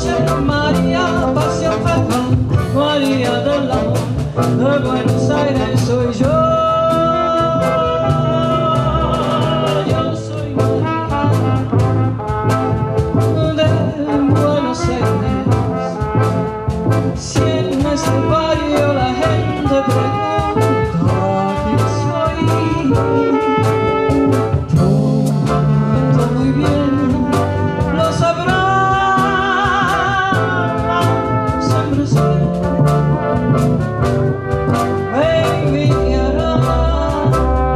noche, María, pasión fatal, María del amor, de Buenos Aires soy yo. Yo soy María de Buenos Aires. Si en este barrio la gente pregunta quién soy, pronto muy bien lo sabrán, siempre sé, me envidiarán.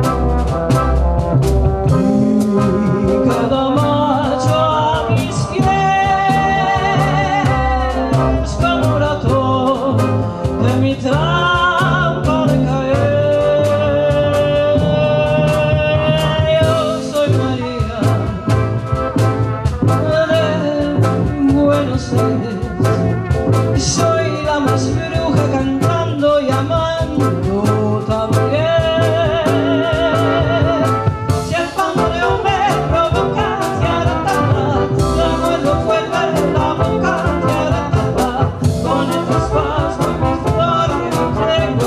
Y cada macho a mis pies como ratón de mi trampa de caer. Yo soy María de Buenos Aires, soy la más bruja cantando y amando también. Si el pandoreo me provoca, tiaratata, la muerdo fuerte en la boca, tiaratata, con el traspaso de mi flor que no tengo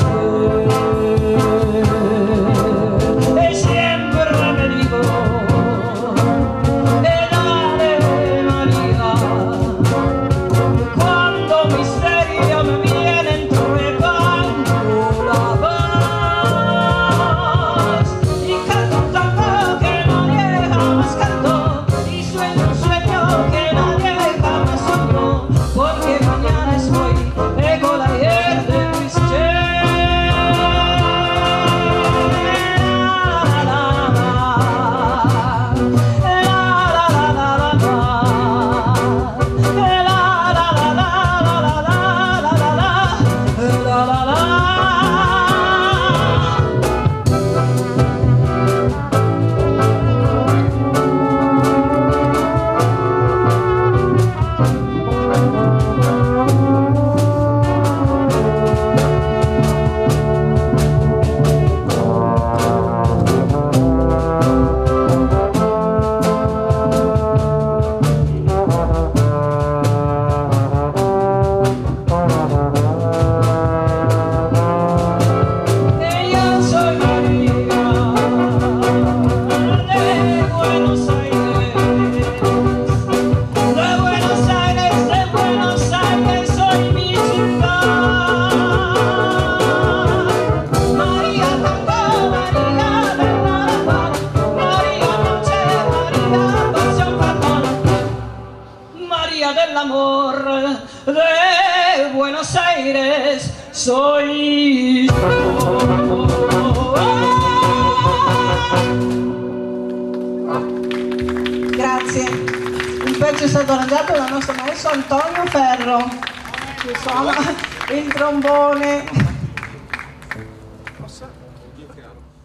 en y siempre me digo, dale María, cuando misterio me viene entregando la voz y canto un tango que nadie jamás cantó y sueño un sueño que nadie jamás soñó, porque mañana estoy con la ayer de del amor de Buenos Aires soy yo. Grazie. Il pezzo è stato arrangiato dal nostro maestro Antonio Ferro, che suona il trombone.